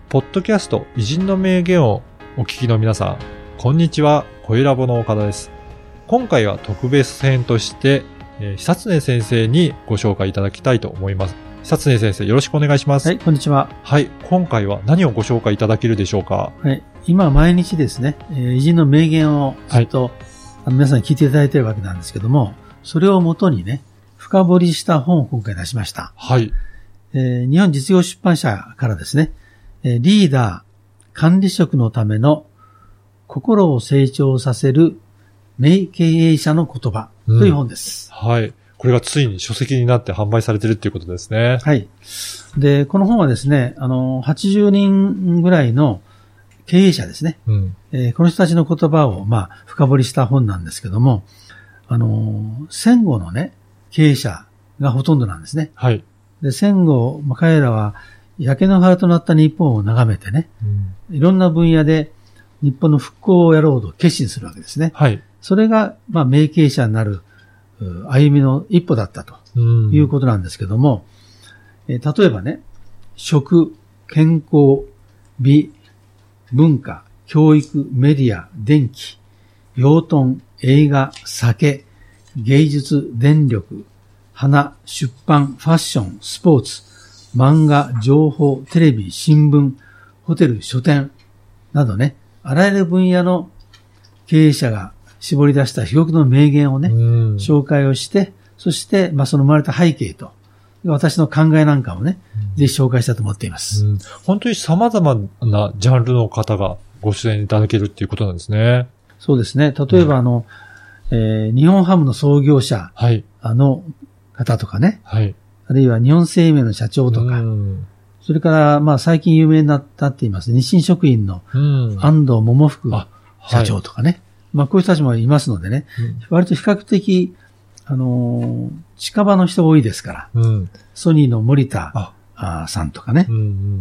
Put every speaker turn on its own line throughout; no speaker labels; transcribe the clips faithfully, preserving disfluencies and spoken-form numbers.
ポッドキャスト偉人の名言をお聞きの皆さん、こんにちは。声ラボの岡田です。今回は特別編として、えー、久常先生にご紹介いただきたいと思います。久常先生、よろしくお願いします。
はい、こんにちは。
はい、今回は何をご紹介いただけるでしょうか。
はい、今毎日ですね、えー、偉人の名言をずっと、はい、あの皆さんに聞いていただいているわけなんですけども、それをもとにね、深掘りした本を今回出しました。
はい。
えー、日本実業出版社からですね、えー、リーダー、管理職のための心を成長させる名経営者の言葉という本です。
うん、はい。これがついに書籍になって販売されているということですね。
はい。で、この本はですね、あの、はちじゅうにんぐらいの経営者ですね。うんえー、この人たちの言葉を、まあ、深掘りした本なんですけども、あの、戦後のね、経営者がほとんどなんですね。
はい。
で、戦後、まあ、彼らは焼け野原となった日本を眺めてね、うん、いろんな分野で日本の復興をやろうと決心するわけですね。
はい。
それが、まあ、名経営者になる歩みの一歩だったということなんですけども、うんえー、例えばね、食、健康、美、文化、教育、メディア、電気、養豚、映画、酒、芸術、電力、花、出版、ファッション、スポーツ、漫画、情報、テレビ、新聞、ホテル、書店などね、あらゆる分野の経営者が絞り出した被告の名言をね、紹介をして、そして、まあ、その生まれた背景と、私の考えなんかをね、ぜひ紹介したいと思っています。
うん、本当に様々なジャンルの方がご出演いただけるっていうことなんですね。
そうですね。例えば、あの、うんえー、日本ハムの創業者、はい、あの方とかね、はい、あるいは日本生命の社長とか、うん、それから、まあ、最近有名になったって言います日清食品の安藤桃福社長とかね、はいまあ、こういう人たちもいますのでね、うん、割と比較的、あのー、近場の人多いですから、うん、ソニーの森田さんとかね、うんうん、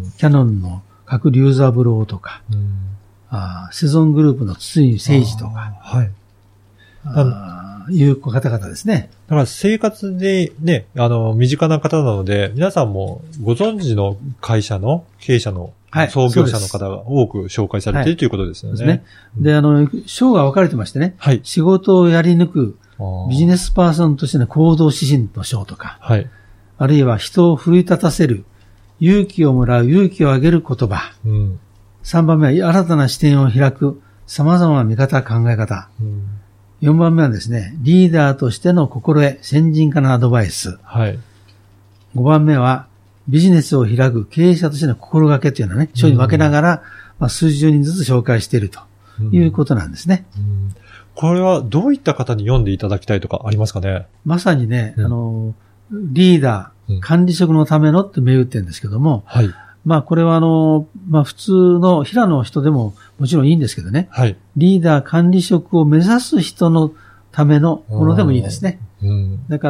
キャノンの角龍三郎とか、うん、あセゾングループの筒井誠二とか、はい、あいう方々ですね。
だから生活でね、あの、身近な方なので、皆さんもご存知の会社の経営者の創業者の方が多く紹介されている、はい、ということですよね。
ですね。で、あの、章が分かれてましてね。はい。仕事をやり抜くビジネスパーソンとしての行動指針の章とか。はい。あるいは人を奮い立たせる、勇気をもらう、勇気をあげる言葉。うん。さんばんめは新たな視点を開く、様々な見方、考え方。うん。よんばんめはですね、リーダーとしての心得、先人からのアドバイス。はい。ごばんめは、ビジネスを開く経営者としての心がけというのはね、章に分けながら、うんまあ、数十人ずつ紹介しているということなんですね、うんうん。
これはどういった方に読んでいただきたいとかありますかね。
まさにね、うん、あの、リーダー、管理職のためのって銘打ってるんですけども、はい。まあこれはあの、まあ普通の平の人でももちろんいいんですけどね、はい。リーダー管理職を目指す人のためのものでもいいですね。うん、だから、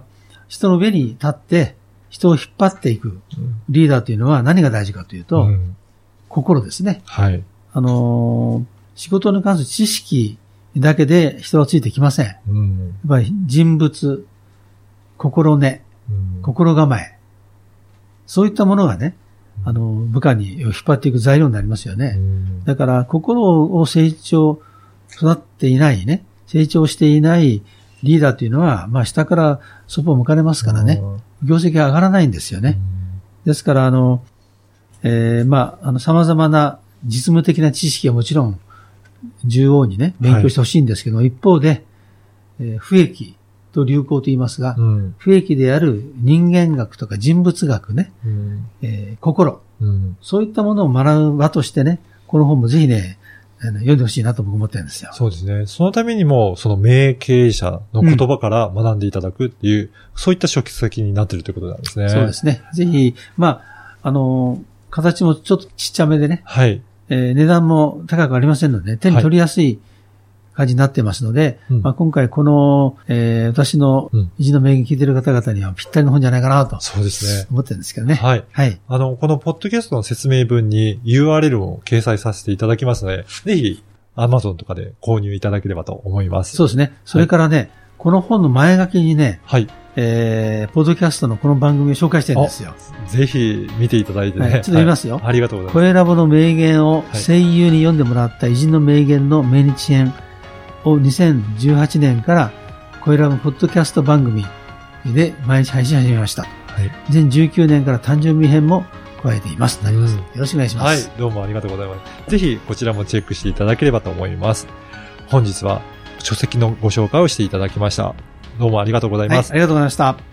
人の上に立って、人を引っ張っていくリーダーというのは何が大事かというと、うん、心ですね。はい。あのー、仕事に関する知識だけで人はついてきません。うん、やっぱり人物、心根、うん、心構え、そういったものがね、あの、部下に引っ張っていく材料になりますよね。うん、だから心を成長、育っていないね、成長していないリーダーというのは、まあ下からそこを向かれますからね。業績が上がらないんですよね。ですから、あの、えー、まあ、あの、様々な実務的な知識はもちろん、縦横にね、勉強してほしいんですけど、はい、一方で、えー、不益と流行と言いますが、うん、不益である人間学とか人物学ね、うんえー、心、うん、そういったものを学ぶ場としてね、この本もぜひね、読んでほしいなと僕思ってるんですよ。
そうですね。そのためにも、その名経営者の言葉から学んでいただくっていう、うん、そういった書籍になっているということなんですね。
そうですね。ぜひ、まあ、あの、形もちょっとちっちゃめでね。はい。えー、値段も高くありませんので、ね、手に取りやすい感じになってますので、はいまあ、今回この、えー、私の偉人の名言聞いている方々にはぴったりの本じゃないかなと。そうですね。思ってるんですけどね。
はい。はい。あの、このポッドキャストの説明文に ユーアールエル を掲載させていただきますので、ぜひ Amazon とかで購入いただければと思います。
そうですね。それからね、はい、この本の前書きにね、はい。 えー、ポッドキャストのこの番組を紹介してるんですよ。
ぜひ見ていただいてね。はい、
ちょっと読みますよ、
はい。ありがとうございます。
声ラボの名言を声優に読んでもらった偉人の名言の命日編をにせんじゅうはちねんから声ラボポッドキャスト番組で毎日配信始めました。はい、にせんじゅうきゅうねんから誕生日編も加えています。なります。よろしくお願いします。
はい、どうもありがとうございます。ぜひこちらもチェックしていただければと思います。本日は書籍のご紹介をしていただきました。どうもありがとうございます。
はい、ありがとうございました。